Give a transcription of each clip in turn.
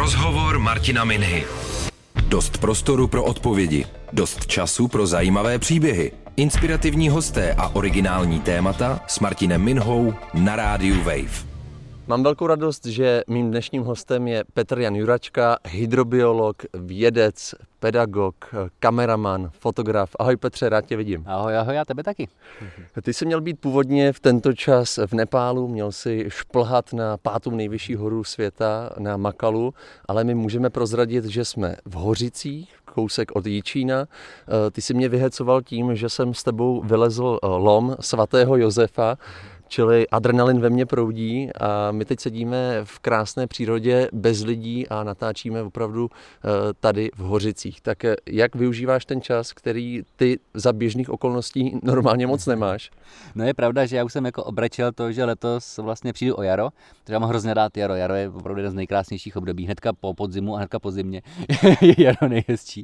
Rozhovor Martina Minhy. Dost prostoru pro odpovědi, dost času pro zajímavé příběhy, inspirativní hosté a originální témata s Martinem Minhou na rádiu Wave. Mám velkou radost, že mým dnešním hostem je Petr Jan Juračka, hydrobiolog, vědec, pedagog, kameraman, fotograf. Ahoj Petře, rád tě vidím. Ahoj, já tebe taky. Ty jsi měl být původně v tento čas v Nepálu, měl si šplhat na 5. nejvyšší horu světa, na Makalu, ale my můžeme prozradit, že jsme v Hořicích, kousek od Jičína. Ty jsi mě vyhecoval tím, že jsem s tebou vylezl lom svatého Josefa, čili adrenalin ve mně proudí a my teď sedíme v krásné přírodě bez lidí a natáčíme opravdu tady v Hořicích. Tak jak využíváš ten čas, který ty za běžných okolností normálně moc nemáš? No je pravda, že já už jsem jako obrečel to, že letos vlastně přijdu o jaro, protože já mám hrozně rád jaro. Jaro je opravdu jeden z nejkrásnějších období, hnedka po podzimu a hnedka po zimě je jaro nejhezčí.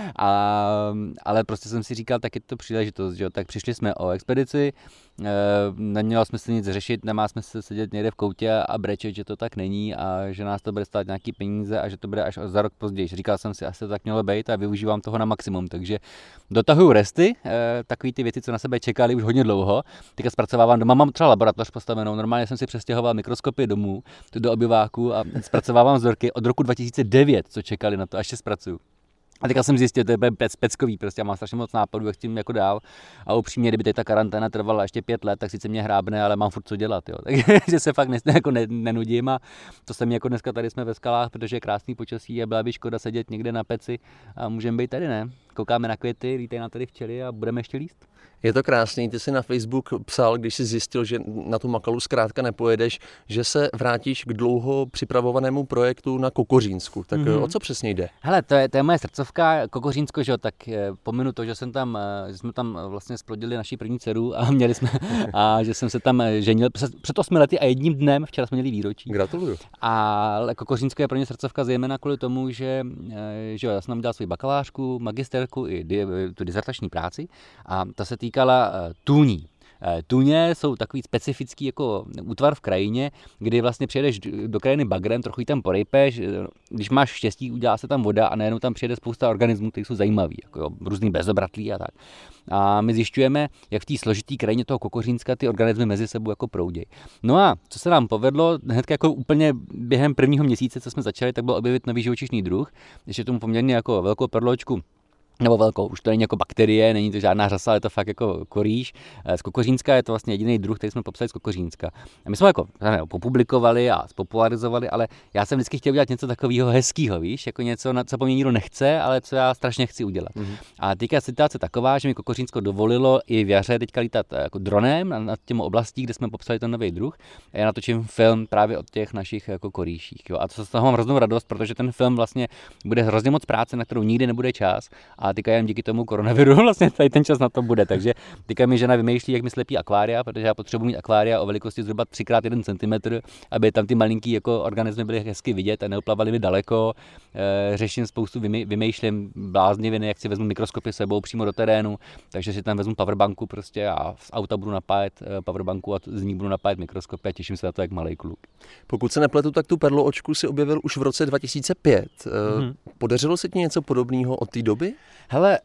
Ale prostě jsem si říkal, tak je to příležitost, že jo? Tak přišli jsme o expedici, nemělo smysl nic řešit, nemá smysl sedět někde v koutě a brečet, že to tak není a že nás to bude stát nějaký peníze a že to bude až za rok později. Říkal jsem si, asi to tak mělo být a využívám toho na maximum, takže dotahuju resty, takový ty věci, co na sebe čekali už hodně dlouho. Teďka zpracovávám doma, mám třeba laboratoř postavenou, normálně jsem si přestěhoval mikroskopy domů, do obyváku a zpracovávám vzorky od roku 2009, co čekali na to, až je zpracuju. A teďka jsem zjistil, to je peckový, prostě já mám strašně moc nápadů, jak s tím jako dál. A upřímně, kdyby teď ta karanténa trvala ještě 5 let, tak sice mě hrábne, ale mám furt co dělat, jo. Takže se fakt nenudím a to se mi jako dneska tady jsme ve skalách, protože je krásný počasí a byla by škoda sedět někde na peci a můžeme být tady, ne? Koukáme na květy, lítají na tady včely a budeme ještě líst. Je to krásný, ty jsi na Facebook psal, když jsi zjistil, že na tu Makalu zkrátka nepojedeš, že se vrátíš k dlouho připravovanému projektu na Kokořínsku. Tak o co přesně jde? Hele, to je moje srdcovka, Kokořínsko, že jo, tak pominu to, že jsme tam vlastně splodili naši první dceru a že jsem se tam ženil před 8 lety a jedním dnem, včera jsme měli výročí. Gratuluju. A Kokořínsko je pro mě srdcovka zejména kvůli tomu, že jo, já jsem tam dělal svou bakalářku, magisterku i tu dizertační práci a ta se týkala tůní. Tůně jsou takový specifický jako útvar v krajině, kdy vlastně přijedeš do krajiny bagrem, trochu ji tam porejpeš, když máš štěstí, udělá se tam voda a najednou tam přijede spousta organismů, které jsou zajímavý, jako jo, různý bezobratlí a tak. A my zjišťujeme, jak v té složitý krajině toho Kokořínska ty organismy mezi sebou jako proudějí. No a co se nám povedlo, hned jako úplně během prvního měsíce, co jsme začali, tak bylo objevit nový živočišný druh, ještě tomu poměrně jako velkou perločku. Nebo velkou, už to není jako bakterie, není to žádná řasa, ale je to fakt jako korýš. Z Kokořínska je to vlastně jediný druh, který jsme popsali z Kokořínska. A my jsme jako popublikovali a spopularizovali, ale já jsem vždycky chtěl udělat něco takového hezkého, víš, jako něco, na co po mně nikdo nechce, ale co já strašně chci udělat. A teďka situace taková, že mi Kokořínsko dovolilo i v jaře teďka lítat jako dronem nad těm oblastí, kde jsme popsali ten nový druh. A já natočím film právě od těch našich jako korýších. Jo. A to z toho mám hroznou radost, protože ten film vlastně bude hrozně moc práce, na kterou nikdy nebude čas. A teďka jen díky tomu koronaviru vlastně tady ten čas na to bude. Takže teďka mi žena vymýšlí, jak mi slepí akvária, protože já potřebuji mít akvária o velikosti zhruba 3x1 cm, aby tam ty malinký jako organismy byly hezky vidět a neuplavali mi daleko. Řeším spoustu, vymýšlím blázniviny, jak si vezmu mikroskopy sebou přímo do terénu, takže si tam vezmu powerbanku prostě a z auta budu napájet powerbanku a z ní budu napájet mikroskopy a těším se na to jak malej kluk. Pokud se nepletu, tak tu perloočku si objevil už v roce 2005. Podařilo se ti něco podobného od té doby? Hele,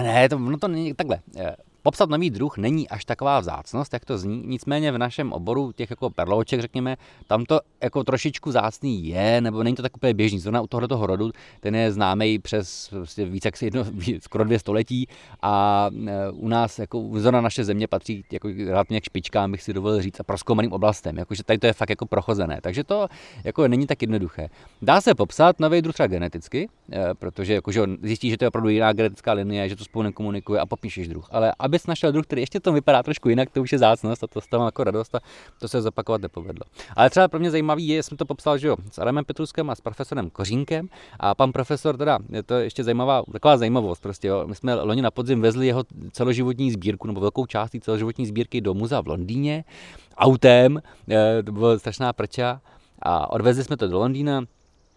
to není takhle. Popsat nový druh není až taková vzácnost, jak to zní, nicméně v našem oboru těch jako perlouček, řekněme, tam to jako trošičku vzácný je, nebo není to tak úplně běžný. Zrovna u tohoto rodu, ten je známý přes prostě víc jak skoro 2 století a u nás jako zrovna naše země patří jako relativně k špičkám, bych si dovolil říct, a prozkoumaným oblastem, jakože tady to je fakt jako prochozené, takže to jako není tak jednoduché. Dá se popsat nový druh třeba geneticky, protože jakože zjistí, že to je opravdu jiná genetická linie, že to spolu nekomunikuje a popíšeš druh, ale abys našel druh, který ještě to vypadá trošku jinak, to už je vzácnost a to z toho mám jako radost a to se zopakovat nepovedlo. Ale třeba pro mě zajímavý je, jsem to popsal, že jo, s Adamem Petruskem a s profesorem Kořínkem a pan profesor teda, je to ještě taková zajímavost prostě, jo. My jsme loni na podzim vezli jeho celoživotní sbírku nebo velkou část té celoživotní sbírky do muzea v Londýně autem, to byla strašná prča a odvezli jsme to do Londýna.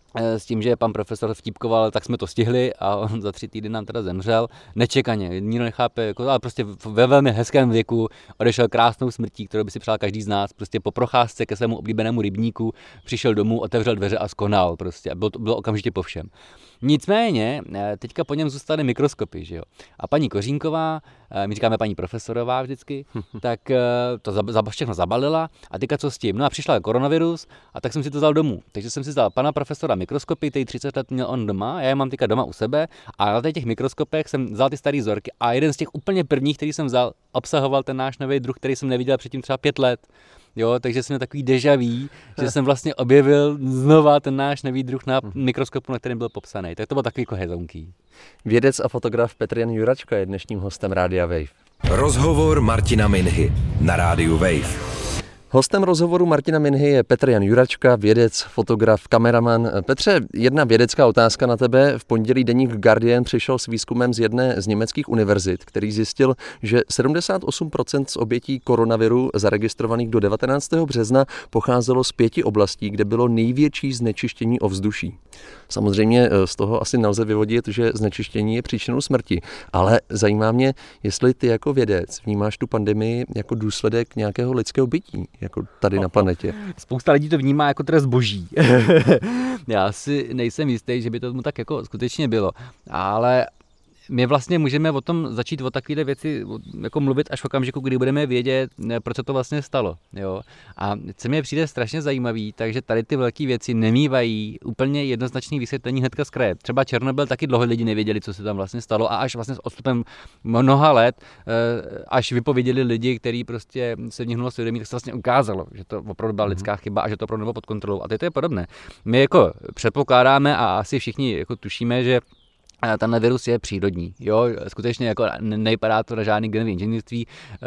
s tím, že pan profesor vtípkoval, tak jsme to stihli a on za 3 týdny nám teda zemřel. Nečekaně, nikdo nechápe, jako, ale prostě ve velmi hezkém věku odešel krásnou smrtí, kterou by si přál každý z nás. Prostě po procházce ke svému oblíbenému rybníku přišel domů, otevřel dveře a skonal. Prostě. Bylo okamžitě po všem. Nicméně, teďka po něm zůstaly mikroskopy, že jo. A paní Kořínková, my říkáme paní profesorová vždycky, tak to všechno zabalila a teďka co s tím? No a přišla koronavirus a tak jsem si to vzal domů. Takže jsem si vzal pana profesora mikroskopy, který 30 let měl on doma, já je mám teďka doma u sebe a na těch mikroskopech jsem vzal ty staré vzorky a jeden z těch úplně prvních, který jsem vzal, obsahoval ten náš nový druh, který jsem neviděl předtím třeba 5 let. Jo, takže jsem měl takový déjà vu, že jsem vlastně objevil znova ten náš nový druh na mikroskopu, na kterém byl popsaný. Tak to bylo takový hezonký. Vědec a fotograf Petr Jan Juračka je dnešním hostem Rádia Wave. Rozhovor Martina Minhy na Rádiu Wave. Hostem rozhovoru Martina Minhy je Petr Jan Juračka, vědec, fotograf, kameraman. Petře, jedna vědecká otázka na tebe. V pondělí deník Guardian přišel s výzkumem z jedné z německých univerzit, který zjistil, že 78% z obětí koronaviru zaregistrovaných do 19. března pocházelo z 5 oblastí, kde bylo největší znečištění ovzduší. Samozřejmě z toho asi nelze vyvodit, že znečištění je příčinou smrti, ale zajímá mě, jestli ty jako vědec vnímáš tu pandemii jako důsledek nějakého lidského bytí, jako tady na planetě. Spousta lidí to vnímá jako trest boží. Já si nejsem jistý, že by to mu tak jako skutečně bylo, ale my vlastně můžeme o tom začít o takovéhle věci jako mluvit až v okamžiku, kdy budeme vědět, proč se to vlastně stalo. Jo? A co mi přijde strašně zajímavý, takže tady ty velké věci nemývají úplně jednoznačné vysvětlení hnedka z kraje. Třeba Černobyl taky dlouho lidi nevěděli, co se tam vlastně stalo a až vlastně s odstupem mnoha let, až vypověděli lidi, kteří prostě se v nich hnulo svědomí, tak se vlastně ukázalo, že to opravdu byla lidská chyba a že to opravdu nebylo pod kontrolou. A to je podobné. My jako předpokládáme a asi všichni jako tušíme, že ten virus je přírodní, jo, skutečně jako nevypadá to na žádný genový inženýrství,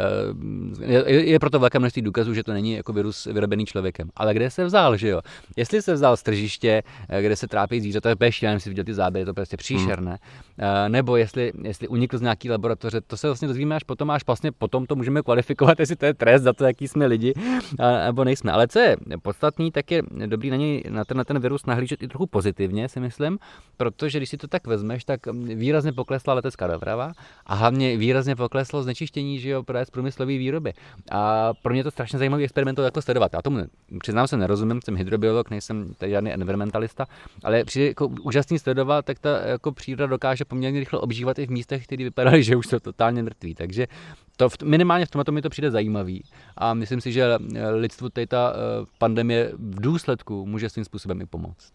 je proto velké množství důkazů, že to není jako virus vyrobený člověkem. Ale kde se vzal, že jo? Jestli se vzal z tržiště, kde se trápí zvířata, to je úplně šílené, si viděl ty záběry, to je prostě příšerné, nebo jestli unikl z nějaký laboratoře, to se vlastně dozvíme až vlastně potom to můžeme kvalifikovat, jestli to je trest za to, jaký jsme lidi, nebo nejsme. Ale co je podstatný, tak je dobrý na ten virus nahlížet i trochu pozitivně, si myslím, protože když si to tak vezmeš, tak výrazně poklesla letecká doprava a hlavně výrazně pokleslo znečištění, že jo, právě z průmyslové výroby. A pro mě je to strašně zajímavý experiment to jako sledovat. Já tomu přiznám se nerozumím, jsem hydrobiolog, nejsem tady žádný environmentalista, ale přijde jako úžasný sledovat, tak ta jako příroda dokáže poměrně rychle obžívat i v místech, které vypadaly, že už jsou totálně mrtví. Takže to minimálně v tomto mi to přijde zajímavý a myslím si, že lidstvu tady ta pandemie v důsledku může svým způsobem i pomoct.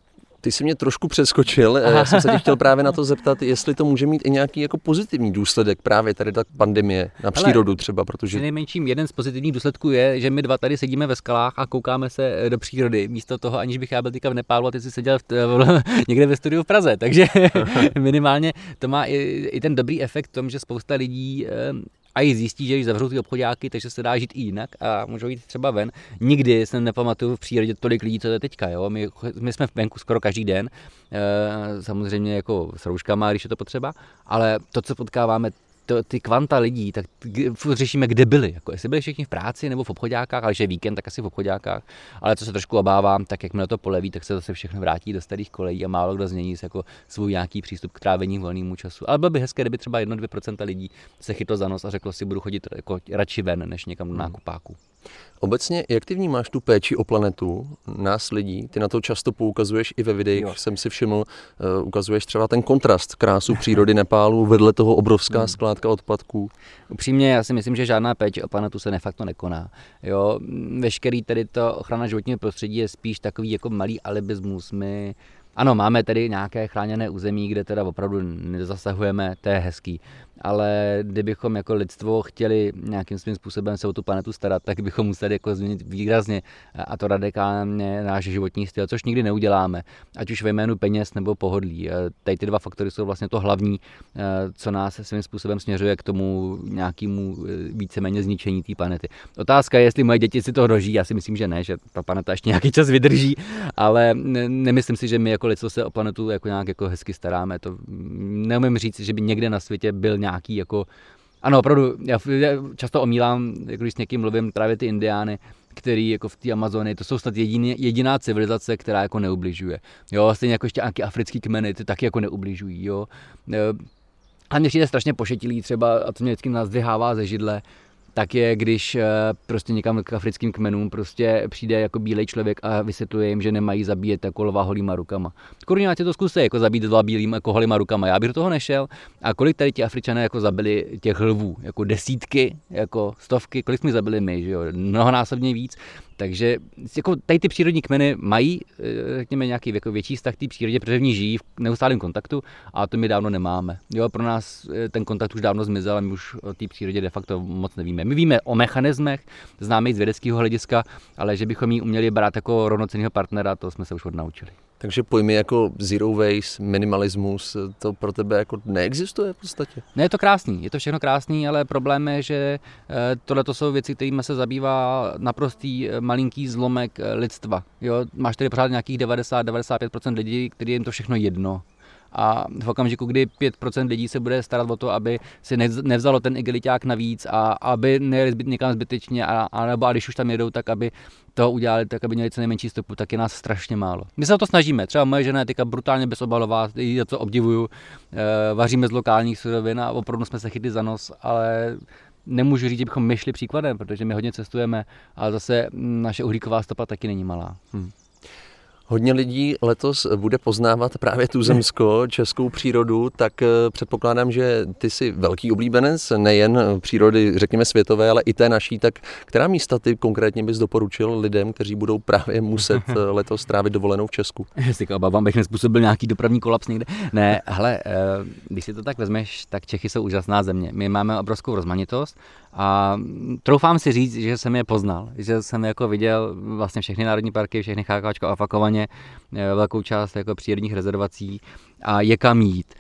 Ty jsi mě trošku přeskočil, já jsem se tě chtěl právě na to zeptat, jestli to může mít i nějaký jako pozitivní důsledek právě tady ta pandemie na přírodu třeba, protože... Nejmenším jeden z pozitivních důsledků je, že my dva tady sedíme ve skalách a koukáme se do přírody, místo toho, aniž bych já byl teďka v Nepálu a ty jsi seděl někde ve studiu v Praze, takže minimálně to má i ten dobrý efekt v tom, že spousta lidí a i zjistí, že když zavřou ty obchodáky, takže se dá žít i jinak a můžou jít třeba ven. Nikdy jsem nepamatuju v přírodě tolik lidí, co je teďka. Jo? My jsme venku skoro každý den, samozřejmě jako s rouškama, když je to potřeba, ale to, co potkáváme, ty kvanta lidí, tak řešíme, kde byli. Jako jestli byli všichni v práci nebo v obchodákách, ale že je víkend, tak asi v obchodákách. Ale co se trošku obávám, tak jakmile to poleví, tak se zase všechno vrátí do starých kolejí a málo kdo změní jako svůj nějaký přístup k trávení volnému času. Ale bylo by hezké, kdyby třeba 1-2% lidí se chytlo za nos a řeklo si, budu chodit jako radši ven, než někam do nákupáku. Obecně, jak ty vnímáš tu péči o planetu, nás lidí? Ty na to často poukazuješ i ve videích, jsem si všiml, ukazuješ třeba ten kontrast, krásu přírody Nepálu, vedle toho obrovská skládka odpadků. Upřímně, já si myslím, že žádná péče o planetu se de facto nekoná. Jo, veškerý tedy to ochrana životního prostředí je spíš takový jako malý alibismus. Ano, máme tedy nějaké chráněné území, kde teda opravdu nezasahujeme, to je hezký. Ale kdybychom jako lidstvo chtěli nějakým svým způsobem se o tu planetu starat, tak bychom museli jako změnit výrazně a to radikálně náš životní styl, což nikdy neuděláme, ať už ve jménu peněz nebo pohodlí. Tady ty dva faktory jsou vlastně to hlavní, co nás svým způsobem směřuje k tomu nějakému víceméně zničení té planety. Otázka je, jestli moje děti si to dožijí, já si myslím, že ne, že ta planeta ještě nějaký čas vydrží, ale nemyslím si, že my jako lidstvo se o planetu jako nějak jako hezky staráme. To neumím říct, že by někde na světě byl nějaký jako... Ano, opravdu, já často omílám, když s někým mluvím, právě ty indiány, který jako v té Amazonii, to jsou snad jediná civilizace, která jako neubližuje. Jo, stejně jako ještě nějaký africký kmeny, ty taky jako neubližují, jo. A mě přijde strašně pošetilý třeba, a to mě vždycky nazdvihává ze židle, tak je, když prostě někam k africkým kmenům prostě přijde jako bílej člověk a vysvětluje jim, že nemají zabíjet jako lva holýma rukama. Kurňa, to zkusej jako zabít lva bílým jako holýma rukama. Já bych do toho nešel. A kolik tady ti Afričané jako zabili těch lvů? Jako desítky, jako stovky, kolik jsme zabili my, že jo? Mnohonásobně víc. Takže jako tady ty přírodní kmeny mají, řekněme, nějaký jako větší vztah k té přírodě, protože v ní žijí v neustálém kontaktu a to my dávno nemáme. Jo, pro nás ten kontakt už dávno zmizel a my už o té přírodě de facto moc nevíme. My víme o mechanismech, známe ji z vědeckého hlediska, ale že bychom ji uměli brát jako rovnocennýho partnera, to jsme se už odnaučili. Takže pojmy jako zero waste, minimalismus, to pro tebe jako neexistuje v podstatě? Ne, je to krásný, je to všechno krásný, ale problém je, že tohle jsou věci, kterými se zabývá naprostý malinký zlomek lidstva. Jo? Máš tady pořád nějakých 90-95% lidí, kterým je to všechno jedno. A v okamžiku, kdy 5% lidí se bude starat o to, aby si nevzalo ten igeliťák navíc a aby nejeli někam zbytečně, nebo a když už tam jedou, tak aby to udělali, tak aby měli co nejmenší stopu, tak je nás strašně málo. My se o to snažíme, třeba moje žena je teďka brutálně bezobalová, já to obdivuju, vaříme z lokálních surovin a opravdu jsme se chytli za nos, ale nemůžu říct, že bychom my šli příkladem, protože my hodně cestujeme, ale zase naše uhlíková stopa taky není malá. Hodně lidí letos bude poznávat právě tuzemsko-českou přírodu, tak předpokládám, že ty jsi velký oblíbenec nejen přírody, řekněme světové, ale i té naší, tak která místa ty konkrétně bys doporučil lidem, kteří budou právě muset letos trávit dovolenou v Česku? Já si obávám, bych nezpůsobil nějaký dopravní kolaps někde. Ne, hele, když si to tak vezmeš, tak Čechy jsou úžasná země. My máme obrovskou rozmanitost a troufám si říct, že jsem je poznal, že jsem jako viděl vlastně všechny národní parky, všechny chákáčko a fakovaně, velkou část jako přírodních rezervací a je kam jít.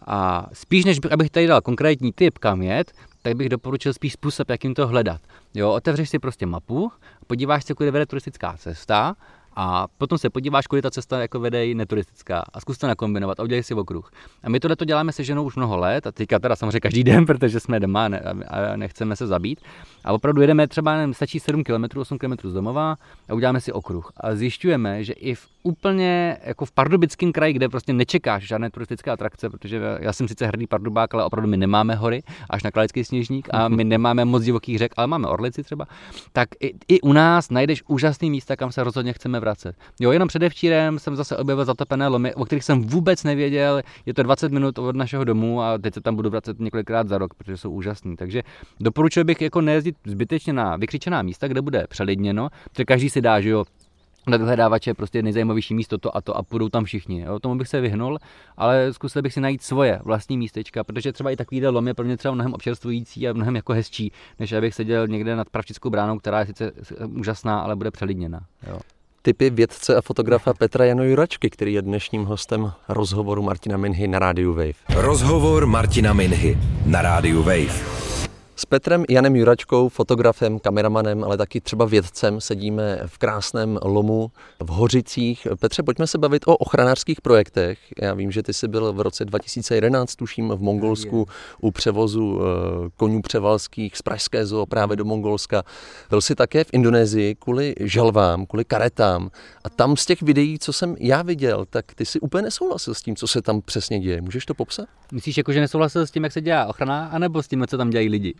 A spíš než abych tady dal konkrétní tip kam jet, tak bych doporučil spíš způsob, jak jim to hledat. Jo, otevřeš si prostě mapu, podíváš se, kudy vede turistická cesta a potom se podíváš, kudy ta cesta jako vede i neturistická a zkus to nakombinovat a udělej si okruh. A my tohle to děláme se ženou už mnoho let a teďka teda samozřejmě každý den, protože jsme doma a nechceme se zabít. A opravdu jedeme třeba, stačí 7 km, 8 km z domova a uděláme si okruh. A zjišťujeme, že i v úplně jako v Pardubickém kraji, kde prostě nečekáš žádné turistické atrakce, protože já jsem sice hrdý Pardubák, ale opravdu my nemáme hory, až na Kralický Sněžník a my nemáme moc divokých řek, ale máme Orlici třeba, tak i u nás najdeš úžasný místa, kam se rozhodně chceme vracet. Jo, jenom předevčírem jsem zase objevil zatopené lomy, o kterých jsem vůbec nevěděl, je to 20 minut od našeho domu a teď se tam budu vracet několikrát za rok, protože jsou úžasný. Takže doporučuji bych jako nejezdit zbytečně na vykřičená místa, kde bude přelidněno, protože každý si dá, že jo, na vyhledávače prostě nejzajímavější místo to a půjdou tam všichni. Jo? Tomu bych se vyhnul, ale zkusil bych si najít svoje vlastní místečka, protože třeba i takovýhle lom je pro mě třeba mnohem občerstvující a mnohem jako hezčí, než abych seděl někde nad Pravčickou bránou, která je sice úžasná, ale bude přelidněna. Jo? Tipy vědce a fotografa Petra Jana Juračky, který je dnešním hostem rozhovoru Martina Minhy na rádiu Wave. Rozhovor Martina Minhy na rádiu Wave. S Petrem Janem Juračkou, fotografem, kameramanem, ale taky třeba vědcem, sedíme v krásném lomu v Hořicích. Petře, pojďme se bavit o ochranářských projektech. Já vím, že ty jsi byl v roce 2011, tuším, v Mongolsku u převozu konňů převalských z Pražské zoo právě do Mongolska. Byl jsi také v Indonésii kvůli želvám, kvůli karetám. A tam z těch videí, co jsem já viděl, tak ty si úplně nesouhlasil s tím, co se tam přesně děje. Můžeš to popsat? Myslíš, jako, že nesouhlasil s tím, jak se dělá ochrana, anebo s tím, co tam dělají lidi?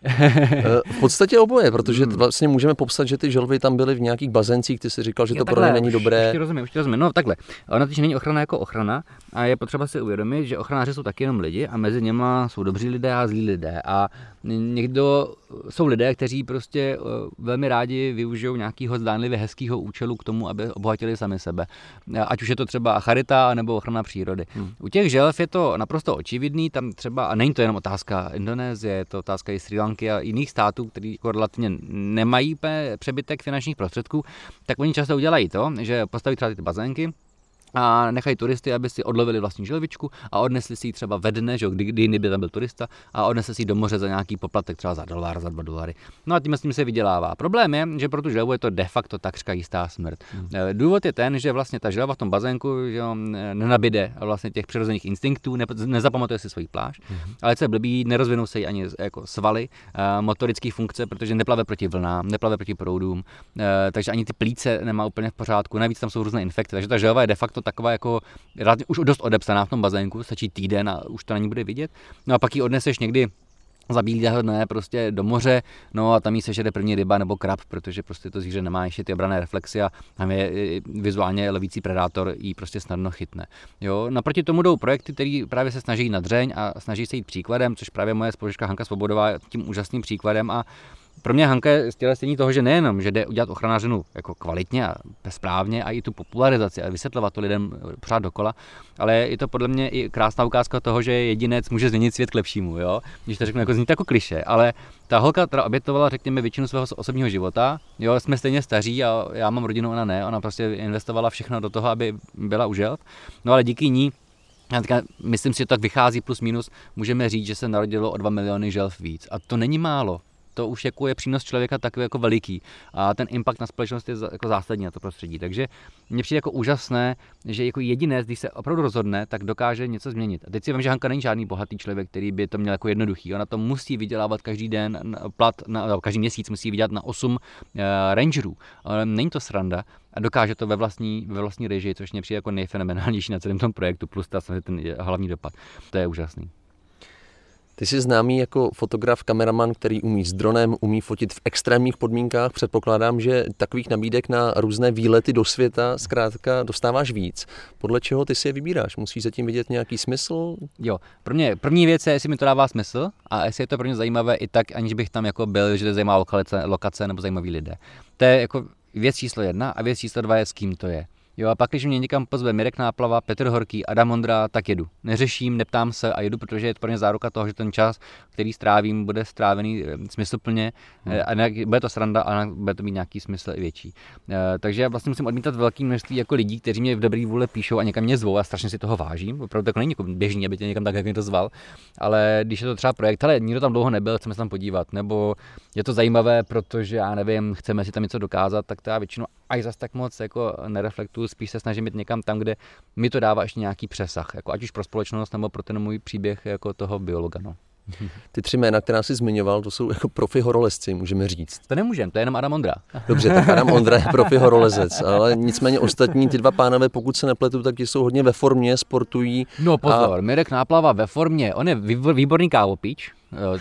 V podstatě oboje, protože vlastně můžeme popsat, že ty želvy tam byly v nějakých bazencích, ty si říkal, že to pro ně není dobré. Už ti rozumím. No takhle, ona totiž není ochrana jako ochrana a je potřeba si uvědomit, že ochranáři jsou taky jenom lidi a mezi něma jsou dobří lidé a zlí lidé a někdo jsou lidé, kteří prostě velmi rádi využijou nějakého zdánlivě hezkého účelu k tomu, aby obohatili sami sebe. Ať už je to třeba charita nebo ochrana přírody. U těch želv je to naprosto očividný, tam třeba, a není to jenom otázka Indonésie, je to otázka i Srí Lanky a jiných států, kteří relativně nemají přebytek finančních prostředků, tak oni často udělají to, že postaví třeba ty bazénky, a nechají turisty, aby si odlovili vlastní želvičku a odnesli si ji třeba ve dne, že kdy jiný by tam byl turista, a odnesli si ji do moře za nějaký poplatek, třeba za $1, za $2. No a tím s tím se vydělává. Problém je, že pro tu želvu je to de facto takřka jistá smrt. Důvod je ten, že vlastně ta želva v tom bazénku, že nenabide vlastně těch přirozených instinktů, nezapamatuje si svoji pláž, ale co je blbý, nerozvinou se jí ani jako svaly, motorické funkce, protože neplave proti vlnám, neplave proti proudům, takže ani ty plíce nemá úplně v pořádku, navíc tam jsou různé infekce, takže ta želva je de facto taková jako už dost odepsaná v tom bazénku, stačí týden a už to na ní bude vidět. No a pak ji odneseš někdy za bílého dne prostě do moře, no a tam jí sežere první ryba nebo krab, protože prostě to zvíře nemá ještě ty obranné reflexy a tam je vizuálně lovící predátor jí prostě snadno chytne. Jo, naproti tomu jdou projekty, které právě se snaží na dřeň a snaží se jít příkladem, což právě moje spolužečka Hanka Svobodová je tím úžasným příkladem a pro mě Hanka je stělesnění toho, že nejenom, že jde udělat ochranářinu jako kvalitně a správně a i tu popularizaci a vysvětlovat to lidem pořád dokola, ale je to podle mě i krásná ukázka toho, že jedinec může změnit svět k lepšímu, jo? Když to řeknu, jako zní to jako klišé, ale ta holka teda obětovala, řekněme, většinu svého osobního života, jo, jsme stejně staří a já mám rodinu, ona ne, ona prostě investovala všechno do toho, aby byla u želv, no ale díky ní, myslím si, že tak vychází plus minus, můžeme říct, že se narodilo o 2 miliony želv víc a to není málo. To už jako je přínos člověka takový jako veliký a ten impact na společnost je jako zásadní na to prostředí. Takže mně přijde jako úžasné, že jako jedinec, když se opravdu rozhodne, tak dokáže něco změnit. A teď si vím, že Hanka není žádný bohatý člověk, který by to měl jako jednoduchý. Ona to musí vydělávat každý den, každý měsíc musí vydělat na 8 rangerů. Ale není to sranda a dokáže to ve vlastní režii, což mě přijde jako nejfenomenálnější na celém tom projektu, plus ten hlavní dopad. To je úžasný. Ty jsi známý jako fotograf, kameraman, který umí s dronem, umí fotit v extrémních podmínkách. Předpokládám, že takových nabídek na různé výlety do světa zkrátka dostáváš víc. Podle čeho ty si je vybíráš? Musíš zatím vidět nějaký smysl? Jo, pro mě první věc je, jestli mi to dává smysl a jestli je to pro mě zajímavé i tak, aniž bych tam jako byl, že to je zajímavá lokace nebo zajímaví lidé. To je jako věc číslo 1 a věc číslo 2 je, s kým to je. Jo, a pak, když mě někam pozve Mirek Náplava, Petr Horký, Adam Ondra, tak jedu. Neřeším, neptám se a jedu, protože je to pro mě záruka toho, že ten čas, který strávím, bude strávený smysluplně a bude to sranda a bude to mít nějaký smysl i větší. Takže já vlastně musím odmítat velké množství jako lidí, kteří mě v dobrý vůle píšou a někam mě zvou a strašně si toho vážím. Opravdu tak není jako běžný, aby tě někam tak, jak mě to zval, ale když je to třeba projekt, ale nikdo tam dlouho nebyl, chceme se tam podívat, nebo je to zajímavé, protože já nevím, chceme si tam něco dokázat, tak to já většinou až zas tak moc jako nereflektuju, spíš se snažím jít někam tam, kde mi to dává ještě nějaký přesah, jako ať už pro společnost nebo pro ten můj příběh jako toho biologa. No. Ty 3 jména, která jsi zmiňoval, to jsou jako profi horolezci, můžeme říct. To nemůžeme, to je jenom Adam Ondra. Dobře, tak Adam Ondra je profi horolezec, ale nicméně ostatní ty 2 pánové, pokud se nepletu, tak ti jsou hodně ve formě, sportují. No pozor, Mirek Náplava ve formě, on je výborný kávopíč.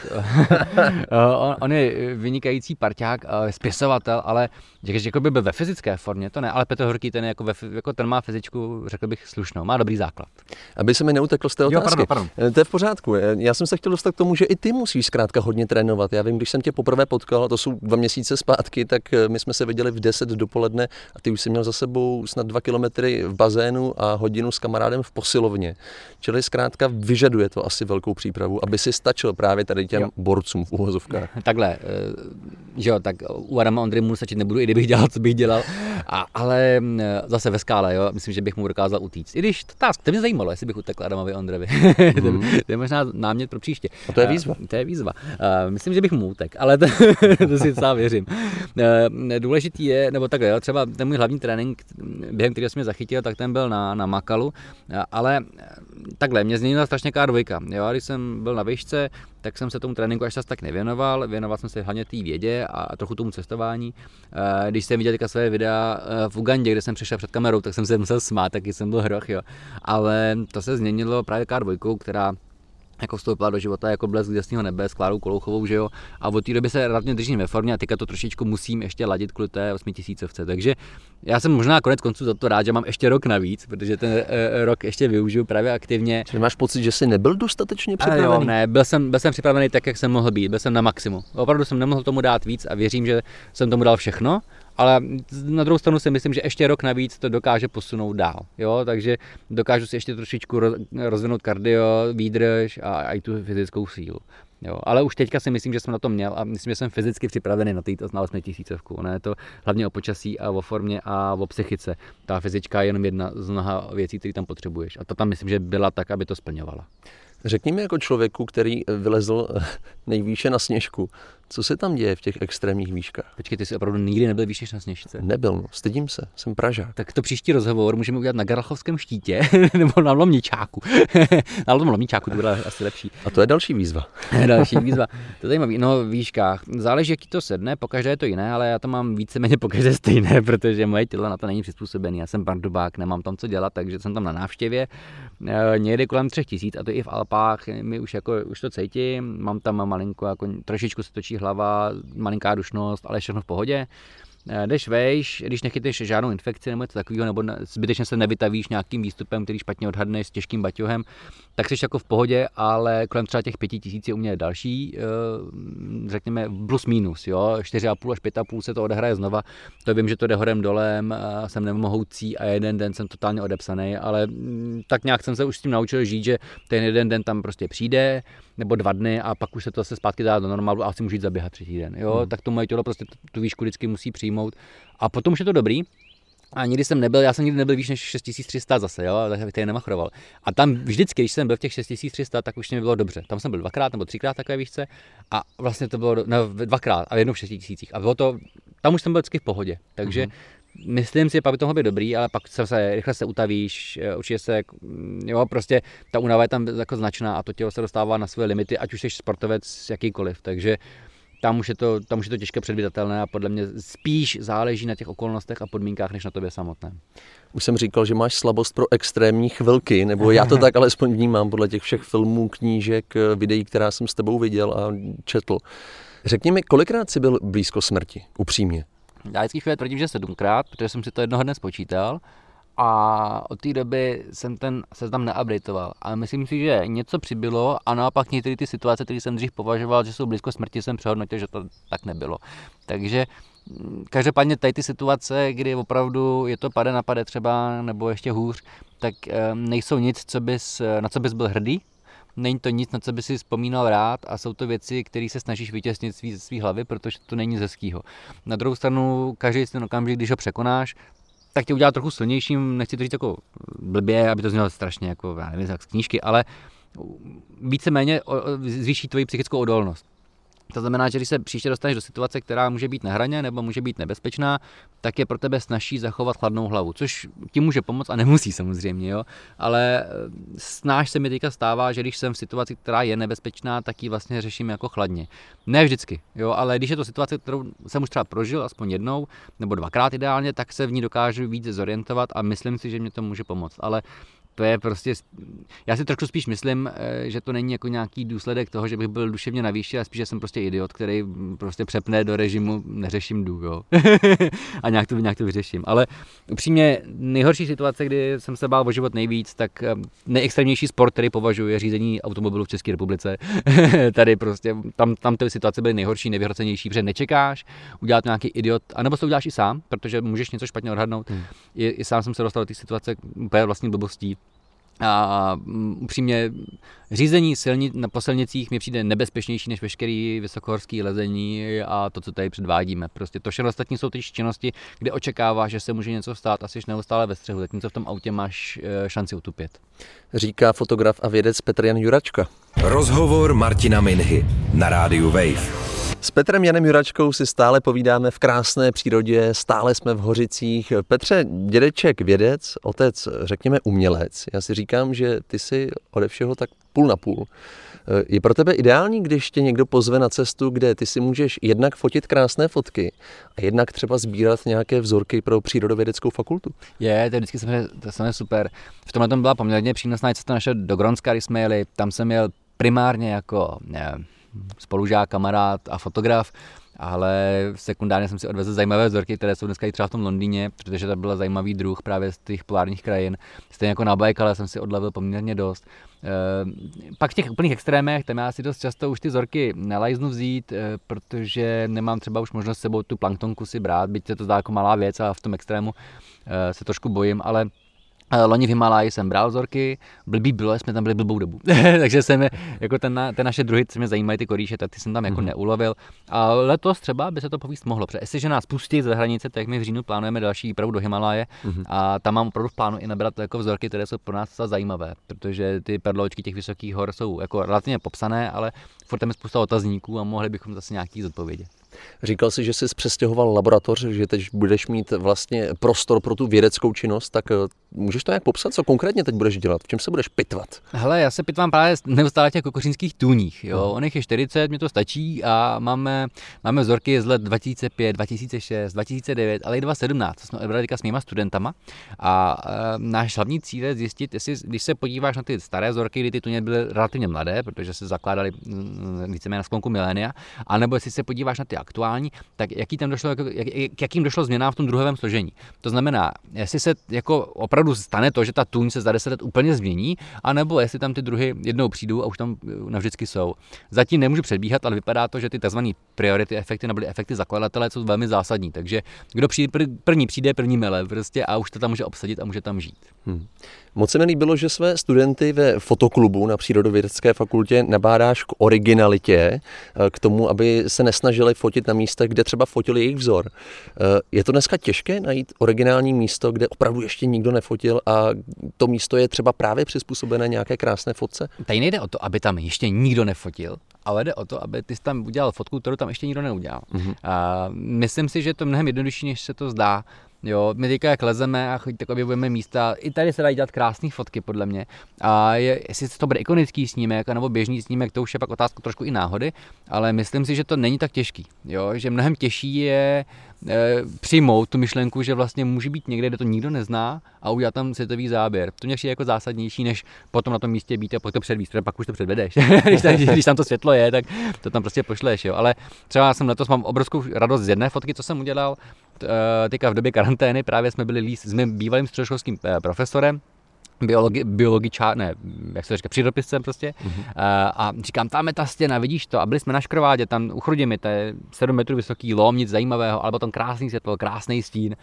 On je vynikající parťák, spisovatel, ale řekl bych ve fyzické formě, to ne, ale Petr Horký ten, jako ten má fyzičku, řekl bych, slušnou, má dobrý základ. Aby se mi neuteklo z té otázky. Pardon. To je v pořádku. Já jsem se chtěl dostat k tomu, že i ty musíš zkrátka hodně trénovat. Já vím, když jsem tě poprvé potkal, to jsou 2 měsíce zpátky, tak my jsme se viděli v 10 dopoledne a ty už jsi měl za sebou snad 2 kilometry v bazénu a hodinu s kamarádem v posilovně. Čili zkrátka vyžaduje to asi velkou přípravu, aby si stačil právě tady těm borcům v uvozovkách. Takhle, že jo, tak u Adama Ondry mu stačit nebudu, i kdybych dělal, co bych dělal, ale zase ve skále, jo, myslím, že bych mu dokázal utíct. I když to mě zajímalo, jestli bych utekl Adamovi Ondrovi. To je možná námět pro příště. A to je výzva. To je výzva. Myslím, že bych mu utekl, ale to si sám věřím. Důležitý je, nebo takhle, jo, třeba ten můj hlavní trénink, během kterého jsem mě zachytil, tak ten byl na Makalu, ale takhle, mě změnila strašně K2. Jo, když jsem byl na výšce, tak jsem se tomu tréninku až tak nevěnoval. Věnoval jsem se hlavně té vědě a trochu tomu cestování. Když jsem viděl své videa v Ugandě, kde jsem přišel před kamerou, tak jsem se musel smát, taky jsem byl hroch, jo. Ale to se změnilo právě K2, která jako vstoupila do života jako blesk z jasného nebe s Klárou Kolouchovou, že jo. A od té doby se relativně držím ve formě a teďka to trošičku musím ještě ladit kvůli té 8000. Takže já jsem možná konec konců za to rád, že mám ještě rok navíc, protože ten rok ještě využiju právě aktivně. Čili máš pocit, že jsi nebyl dostatečně připravený? Jo, ne, byl jsem připravený tak, jak jsem mohl být, byl jsem na maximum. Opravdu jsem nemohl tomu dát víc a věřím, že jsem tomu dal všechno. Ale na druhou stranu si myslím, že ještě rok navíc to dokáže posunout dál. Jo? Takže dokážu si ještě trošičku rozvinout kardio, výdrž a i tu fyzickou sílu. Jo, ale už teďka si myslím, že jsem na to měl a myslím, že jsem fyzicky připravený na na 8000. Ono je to hlavně o počasí a o formě a o psychice. Ta fyzička je jenom jedna z mnoha věcí, které tam potřebuješ. A to tam myslím, že byla tak, aby to splňovala. Řekni mi jako člověku, který vylezl nejvýše na Sněžku, co se tam děje v těch extrémních výškách? Počkej, ty jsi opravdu nikdy nebyl výš než na Sněžce? Nebyl, no, stydím se, jsem Pražák. Tak to příští rozhovor můžeme udělat na Garlachovském štítě nebo na Lomničáku. Na Lomničáku to bude asi lepší. A to je další výzva. Další výzva. To je zajímavý. No, výškách. Záleží, jaký to sedne, pokaždé je to jiné, ale já to mám víceméně pokaždé stejné, protože moje tělo na to není přizpůsobené. Já jsem pardubák, nemám tam co dělat, takže jsem tam na návštěvě. Někde kolem 3000 a to i v Alpách. My už to cítím, mám tam malinko, jako trošičku se točí hlava, malinká dušnost, ale všechno v pohodě. Jdeš vejš, když nechytíš žádnou infekci nebo něco takového, nebo zbytečně se nevytavíš nějakým výstupem, který špatně odhadneš s těžkým baťohem, tak jsi jako v pohodě, ale kolem třeba těch 5000 je u mě další, řekněme plus minus, jo, 4,5 až 5,5 se to odehraje znova, to vím, že to jde horem dolem, jsem nemohoucí a jeden den jsem totálně odepsaný, ale tak nějak jsem se už s tím naučil žít, že ten jeden den tam prostě přijde, nebo 2 dny a pak už se to zase zpátky dá do normálu a asi můžu jít zaběhat 3. den, jo, tak to moje tělo prostě tu výšku vždycky musí přijmout a potom už je to dobrý. A já jsem nikdy nebyl výš než 6300 zase, jo, tak bych tady nemachroval. A tam vždycky, když jsem byl v těch 6300, tak už mi bylo dobře. Tam jsem byl 2x nebo 3x takové výšce a vlastně to bylo 2x a jednou v 6000. A bylo to, tam už jsem byl vždycky v pohodě. Takže myslím si, že pak by to mohlo být dobrý, ale pak rychle se utavíš, určitě se, jo, prostě ta únava je tam jako značná a to tělo se dostává na své limity, ať už jsi sportovec jakýkoliv. Takže tam už je to těžké předvídatelné a podle mě spíš záleží na těch okolnostech a podmínkách, než na tobě samotném. Už jsem říkal, že máš slabost pro extrémní chvilky, nebo já to tak alespoň vnímám podle těch všech filmů, knížek, videí, která jsem s tebou viděl a četl. Řekni mi, kolikrát jsi byl blízko smrti, upřímně? Já vždycky chvíli tvrdím, že 7krát, protože jsem si to jednoho dne spočítal. A od té doby jsem ten seznam neupdateoval. A myslím si, že něco přibylo a naopak některé ty situace, které jsem dřív považoval, že jsou blízko smrti, jsem přehodnotil, že to tak nebylo. Takže každopádně tady ty situace, kdy opravdu je to pade na pade třeba, nebo ještě hůř, tak nejsou nic, na co bys byl hrdý. Není to nic, na co by si vzpomínal rád a jsou to věci, které se snažíš vytěsnit ze svý hlavy, protože to není ze hezkýho. Na druhou stranu, každý ten okamžik, když ho překonáš, tak tě udělá trochu silnějším, nechci to říct jako blbě, aby to znělo strašně jako, já nevím, jak z knížky, ale víceméně zvýší tvoji psychickou odolnost. To znamená, že když se příště dostaneš do situace, která může být na hraně nebo může být nebezpečná, tak je pro tebe snazší zachovat chladnou hlavu, což ti může pomoct a nemusí samozřejmě, jo? Ale snáš se mi teďka stává, že když jsem v situaci, která je nebezpečná, tak ji vlastně řeším jako chladně. Ne vždycky, jo? Ale když je to situace, kterou jsem už třeba prožil aspoň jednou nebo 2x ideálně, tak se v ní dokážu víc zorientovat a myslím si, že mě to může pomoct. Ale to je prostě, já si trošku spíš myslím, že to není jako nějaký důsledek toho, že bych byl duševně na výši, ale spíš, že jsem prostě idiot, který prostě přepne do režimu neřeším jdu, jo. A nějak to vyřeším. Ale upřímně nejhorší situace, kdy jsem se bál o život nejvíc, tak nejextrémnější sport, který považuji, je řízení automobilu v České republice. Tady prostě, tam ty situace byly nejhorší, nejvyhrocenější, protože nečekáš, udělat nějaký idiot, anebo to uděláš i sám, protože můžeš něco špatně odhadnout. I sám jsem se dostal do té situace úplně vlastní blbostí. A upřímně řízení po silnicích mi přijde nebezpečnější než veškerý vysokohorský lezení a to, co tady předvádíme. Prostě to všechno ostatní jsou ty činnosti, kde očekáváš, že se může něco stát a jsi neustále ve střehu, zatímco v tom autě máš šanci utupět. Říká fotograf a vědec Petr Jan Juračka. Rozhovor Martina Minhy na rádiu Wave. S Petrem Janem Juračkou si stále povídáme v krásné přírodě, stále jsme v Hořicích. Petře, dědeček vědec, otec, řekněme umělec. Já si říkám, že ty jsi ode všeho tak půl na půl. Je pro tebe ideální, když tě někdo pozve na cestu, kde ty si můžeš jednak fotit krásné fotky a jednak třeba sbírat nějaké vzorky pro přírodovědeckou fakultu? To je vždycky to super. V tomhle tom byla poměrně přínosná cesta naše do Grónska, když jsme jeli. Tam jsem jel primárně jako spolužák, kamarád a fotograf, ale sekundárně jsem si odvezl zajímavé vzorky, které jsou dneska i třeba v tom Londýně, protože to byl zajímavý druh právě z těch polárních krajin. Stejně jako na Bajkale jsem si odlevil poměrně dost. Pak v těch úplných extrémech, tam já si dost často už ty vzorky nelajznu vzít, protože nemám třeba už možnost s sebou tu planktonku si brát, byť se to zdá jako malá věc a v tom extrému se trošku bojím, ale Loni v Himaláji jsem bral vzorky, blbý bylo, jsme tam byli blbou dobu. Takže jsem jako ten naše druhy, co mě zajímají, ty koríše, tak ty jsem tam jako neulovil. A letos třeba by se to povíst mohlo, protože jestliže nás pustí za hranice, tak my v říjnu plánujeme další výpravu do Himaláje a tam mám opravdu v plánu i nabrat jako vzorky, které jsou pro nás zajímavé, protože ty perloučky těch vysokých hor jsou jako relativně popsané, ale furt tam je spousta otazníků a mohli bychom zase nějaký zodpovědět. Říkal jsi, že jsi přestěhoval laboratoř, že teď budeš mít vlastně prostor pro tu vědeckou činnost, tak můžeš to nějak popsat, co konkrétně teď budeš dělat, v čem se budeš pitvat? Hele, já se pitvám právě neustále těch kokořínských tůních, jo, on jich je 40, mě to stačí a máme vzorky z let 2005, 2006, 2009, ale i 2017, to jsme odbrali s mýma studentama a náš hlavní cíl je zjistit, jestli, když se podíváš na ty staré vzorky, kdy ty tůně byly relativně mladé, protože se zakládaly víceméně na sklonku milénia, anebo jestli se podíváš na ty aktuální, tak jakým došlo změnám v tom druhovém složení. To znamená, jestli se jako opravdu stane to, že ta tůň se za 10 let úplně změní, anebo jestli tam ty druhy jednou přijdou a už tam navždycky jsou. Zatím nemůžu předbíhat, ale vypadá to, že ty tzv. Priority efekty nebo efekty zakladatele jsou velmi zásadní. Takže kdo první přijde, první mele prostě a už to tam může obsadit a může tam žít. Moc se mi líbilo, že své studenty ve fotoklubu na Přírodovědecké fakultě nabádáš k originalitě, k tomu, aby se nesnažili fotit na místech, kde třeba fotili jejich vzor. Je to dneska těžké najít originální místo, kde opravdu ještě nikdo nefotil a to místo je třeba právě přizpůsobené nějaké krásné fotce? Tady nejde o to, aby tam ještě nikdo nefotil, ale jde o to, aby ty jsi tam udělal fotku, kterou tam ještě nikdo neudělal. A myslím si, že je to mnohem jednodušší, než se to zdá. Jo, my teďka jak lezeme a tak objevujeme místa, i tady se dají dělat krásné fotky podle mě. A jestli to bude ikonický snímek nebo běžný snímek, to už je pak otázka trošku i náhody, ale myslím si, že to není tak těžký. Jo, že mnohem těžší je přijmout tu myšlenku, že vlastně může být někde, kde to nikdo nezná a udělat tam světový záběr. To mě přijde jako zásadnější, než potom na tom místě být a pak to předvíst, protože pak už to předvedeš. když tam to světlo je, tak to tam prostě pošleš. Jo. Ale třeba jsem letos mám obrovskou radost z jedné fotky, co jsem udělal. Teďka v době karantény právě jsme byli s mým bývalým středoškolským profesorem, jak se říká, přírodopiscem prostě. A říkám, tam je ta stěna, vidíš to? A byli jsme na Škrovádě, tam u Chrudimi, to je 7 metrů vysoký lom, nic zajímavého, ale potom krásný světlo, krásný stín.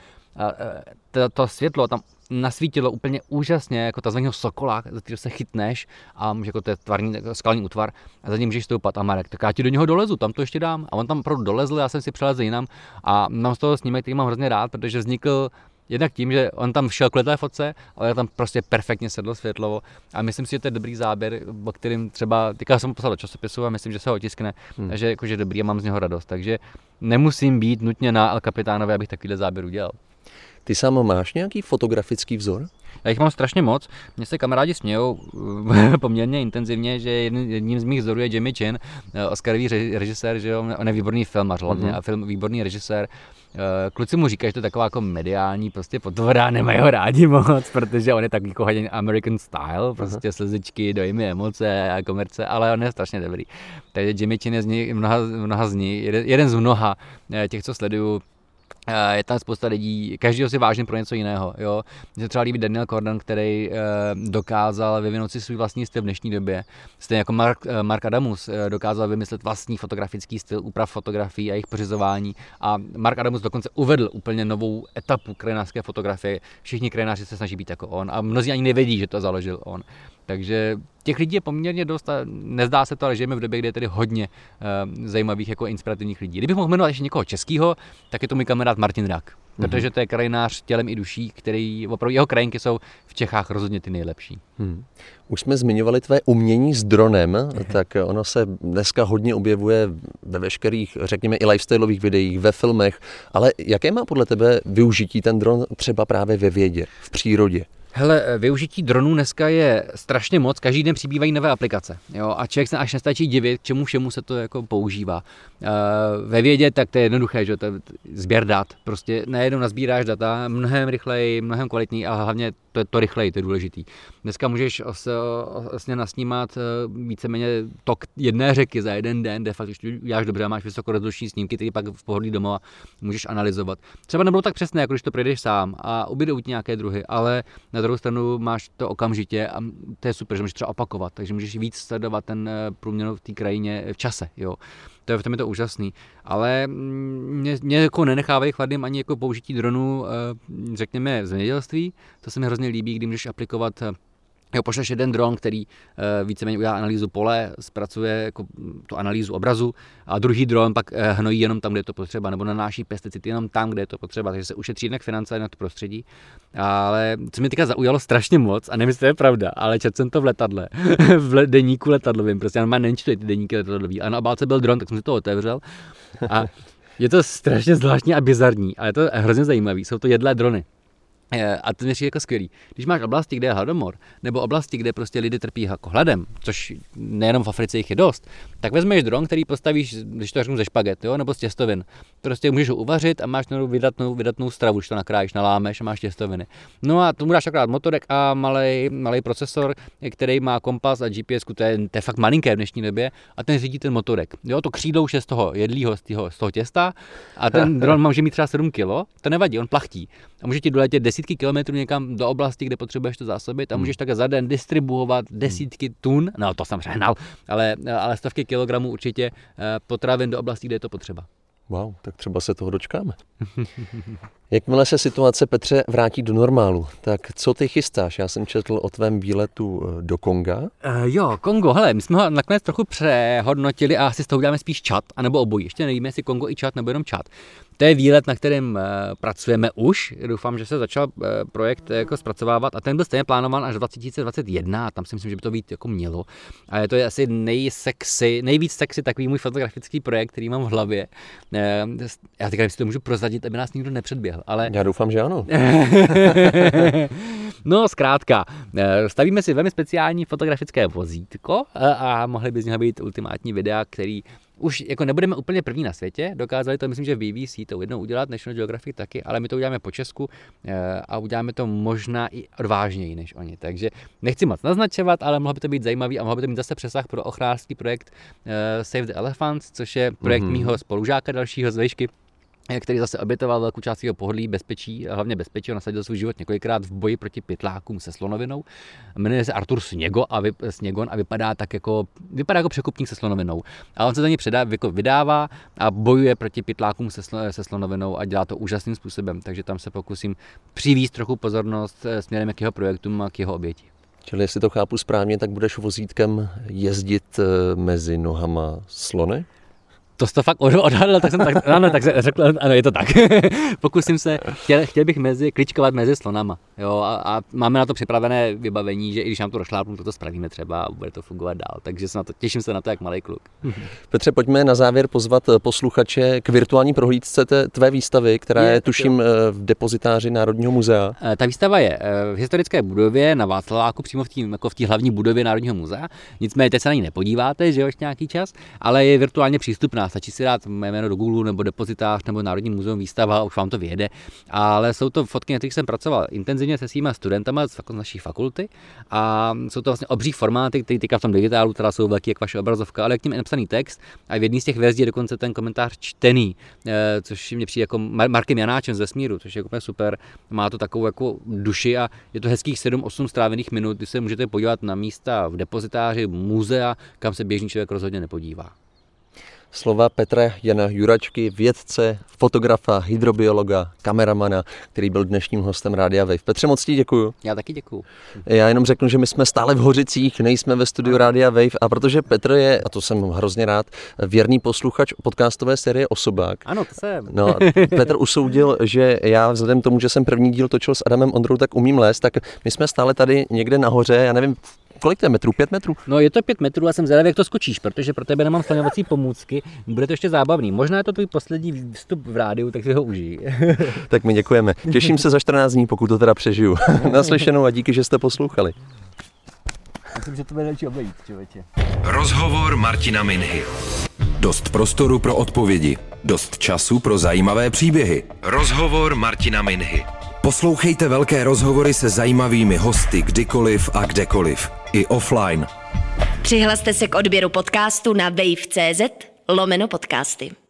To světlo tam nasvítilo úplně úžasně, jako takzvaného sokola, za kterého se chytneš a jako to je tvarní, skalní útvar a za ním můžeš stoupat a Marek, tak já ti do něho dolezu, tam to ještě dám. A on tam opravdu dolezl, já jsem si přelezl jinam a mám z toho snímek, který mám hrozně rád, protože vznikl jednak tím, že on tam šel k té fotce, ale tam prostě perfektně sedlo světlo a myslím si, že to je dobrý záběr, o kterým třeba, teďka jsem ho poslal do časopisu a myslím, že se ho otiskne, takže jakože dobrý a mám z něho radost, takže nemusím být nutně na El Capitánovi, abych takovýhle záběr udělal. Ty sám máš nějaký fotografický vzor? Já jich mám strašně moc. Mně se kamarádi smějou poměrně intenzivně, že jedním z mých vzorů je Jimmy Chin, Oscarový režisér, že on je výborný filmař hlavně a výborný režisér. Kluci mu říkají, že to je taková jako mediální prostě potvora, nemají ho rádi moc, protože on je takový jako hodně American style, prostě slzičky, dojmy, emoce a komerce, ale on je strašně dobrý. Takže Jimmy Chin je z nich, mnoha z nich, jeden z mnoha těch, co sleduju. Je tam spousta lidí, každýho si vážím pro něco jiného. Jo. Mně se třeba líbí Daniel Cordon, který dokázal vyvinout si svůj vlastní styl v dnešní době. Stejně jako Mark Adamus dokázal vymyslet vlastní fotografický styl, úprav fotografií a jejich pořizování. A Mark Adamus dokonce uvedl úplně novou etapu krajinářské fotografie. Všichni krajináři se snaží být jako on a mnozí ani nevědí, že to založil on. Takže těch lidí je poměrně dost a nezdá se to, ale žijeme v době, kde je tedy hodně zajímavých jako inspirativních lidí. Kdybych mohl jmenovat ještě někoho českého, tak je to můj kamarád Martin Rak, protože to je krajinář tělem i duší, který opravdu jeho krajinky jsou v Čechách rozhodně ty nejlepší. Už jsme zmiňovali tvé umění s dronem, tak ono se dneska hodně objevuje ve veškerých, řekněme, i lifestyleových videích, ve filmech, ale jaké má podle tebe využití ten dron třeba právě ve vědě, v přírodě? Hele, využití dronů dneska je strašně moc, každý den přibývají nové aplikace. Jo? A člověk se až nestačí divit, k čemu všemu se to jako používá. Ve vědě tak to je jednoduché, že to je sběr dat. Prostě najednou nazbíráš data mnohem rychleji, mnohem kvalitněji a hlavně to rychleji, to je důležitý. Dneska můžeš vlastně nasnímat víceméně tok jedné řeky za jeden den, de facto, když uděláš dobře a máš vysokorezoluční snímky, který pak v pohodlí domova můžeš analyzovat. Třeba nebylo tak přesné, jako když to projdeš sám a ubydou ti nějaké druhy, ale na druhou stranu máš to okamžitě a to je super, že můžeš třeba opakovat, takže můžeš víc sledovat ten průměr v té krajině v čase. Jo. v tom je to úžasný. Ale mě jako nenechávají chladným ani jako použití dronů, řekněme, v zemědělství. To se mi hrozně líbí, kdy můžeš aplikovat. Pošleš jeden dron, který víceméně udělá analýzu pole, zpracuje jako tu analýzu obrazu a druhý dron pak hnojí jenom tam, kde je to potřeba, nebo nanáší pesticidy jenom tam, kde je to potřeba, takže se ušetří jednak finance na to prostředí. Ale co mě teďka zaujalo strašně moc, a nevím, jestli to je pravda, ale četl jsem to v letadle, v deníku letadlovým, prostě já normálně nečtu ty deníky letadlový, a na obálce byl dron, tak jsem si to otevřel a je to strašně zvláštní a bizarní, ale je to hrozně zajímavý, jsou to jedlé drony. A to mě přijde jako skvělý. Když máš oblasti, kde je hladomor, nebo oblasti, kde prostě lidi trpí jako hladem, což nejenom v Africe jich je dost, tak vezmeš dron, který postavíš, když to řeknu, ze špaget, jo, nebo z těstovin. Prostě můžeš ho uvařit a máš vydatnou stravu, když to nakrájíš, nalámeš a máš těstoviny. No a tomu dáš akorát motorek a malej procesor, který má kompas a GPS, to je fakt malinké v dnešní době, a ten řídí ten motorek. Jo, to křídlo už je z toho jedlího, z toho těsta, a ten dron může mít třeba 7 kg, to nevadí, on plachtí. A může ti doletět desítky kilometrů někam do oblasti, kde potřebuješ to zásobit, a můžeš také za den distribuovat desítky tun, no to jsem přehnal, ale stovky kilogramů určitě potravin do oblasti, kde je to potřeba. Wow, tak třeba se toho dočkáme. Jakmile se situace, Petře, vrátí do normálu, tak co ty chystáš? Já jsem četl o tvém výletu do Konga. Jo, Kongo, hele, my jsme ho nakonec trochu přehodnotili a asi z toho uděláme spíš Čad, anebo obojí. Ještě nevíme, jestli Kongo i Čad, nebo jenom Čad. To je výlet, na kterém pracujeme už. Doufám, že se začal projekt jako zpracovávat, a ten byl stejně plánován až 2021, a tam si myslím, že by to být jako mělo. A je to asi nejvíc sexy takový můj fotografický projekt, který mám v hlavě. Já teď si to můžu prozradit, aby nás nikdo nepředběhl, ale... Já doufám, že ano. No, zkrátka, stavíme si velmi speciální fotografické vozítko a mohly by z něho být ultimátní videa, který už jako nebudeme úplně první na světě, dokázali to, myslím, že BBC to jednou udělat, National Geographic taky, ale my to uděláme po česku a uděláme to možná i odvážněji než oni. Takže nechci moc naznačovat, ale mohlo by to být zajímavý a mohlo by to mít zase přesah pro ochrářský projekt Save the Elephants, což je projekt mýho spolužáka dalšího z vejšky, který zase obětoval velkou část svého pohodlí, bezpečí, a hlavně bezpečí, nasadil svůj život několikrát v boji proti pytlákům se slonovinou. Jmenuje se Artur Sněgon a vypadá jako překupník se slonovinou. A on se za ně vydává a bojuje proti pytlákům se slonovinou a dělá to úžasným způsobem, takže tam se pokusím přivést trochu pozornost směrem k jeho projektům a k jeho oběti. Čili jestli to chápu správně, tak budeš vozítkem jezdit mezi nohama slony? To jsi to fakt odhadl, tak jsem řekl, ano, je to tak. Pokusím se, chtěl bych kličkovat mezi slonama, jo, a máme na to připravené vybavení, že i když nám to došlápnu, to spravíme třeba a bude to fungovat dál, takže těším se na to jak malý kluk. Petře, pojďme na závěr pozvat posluchače k virtuální prohlídce tvé výstavy, která je tuším v depozitáři Národního muzea. Ta výstava je v historické budově na Václaváku, přímo v té hlavní budově Národního muzea, nicméně teď se na ní nepodíváte, že jo, ještě nějaký čas, ale je virtuálně přístupná. Stačí si dát jméno do Google nebo depozitář nebo Národní muzeum výstava, už vám to vyjede. Ale jsou to fotky, na kterých jsem pracoval intenzivně se svýma studentama z naší fakulty, a jsou to vlastně obří formáty, které teďka v tom digitálu teda jsou velký jak vaše obrazovka, ale k tím je napsaný text, a v jedné z těch verzí je dokonce ten komentář čtený, což mě přijde jako Markem Janáčem z vesmíru, což je úplně super. Má to takovou jako duši a je to hezkých 7-8 strávených minut, kdy se můžete podívat na místa v depozitáři muzea, kam se běžný člověk rozhodně nepodívá. Slova Petra Jana Juračky, vědce, fotografa, hydrobiologa, kameramana, který byl dnešním hostem Rádia Wave. Petře, moc ti děkuju. Já taky děkuju. Já jenom řeknu, že my jsme stále v Hořicích, nejsme ve studiu Rádia Wave, a protože Petr je, a to jsem hrozně rád, věrný posluchač podcastové série Osobák. Ano, to jsem. No, Petr usoudil, že já vzhledem k tomu, že jsem první díl točil s Adamem Ondrou, tak umím lézt, tak my jsme stále tady někde nahoře, já nevím, kolik to je metrů? 5 metrů? No, je to 5 metrů a jsem zvědavý, jak to skočíš, protože pro tebe nemám slaňovací pomůcky. Bude to ještě zábavný. Možná je to tvůj poslední vstup v rádiu, tak si ho užij. Tak my děkujeme. Těším se za 14 dní, pokud to teda přežiju. Naslyšenou a díky, že jste poslouchali. Myslím, že to bude lepší obejít, člověče. Rozhovor Martina Minhy. Dost prostoru pro odpovědi. Dost času pro zajímavé příběhy. Rozhovor Martina Minhy. Poslouchejte velké rozhovory se zajímavými hosty kdykoliv a kdekoliv. I offline. Přihlaste se k odběru podcastu na wave.cz/podcasty.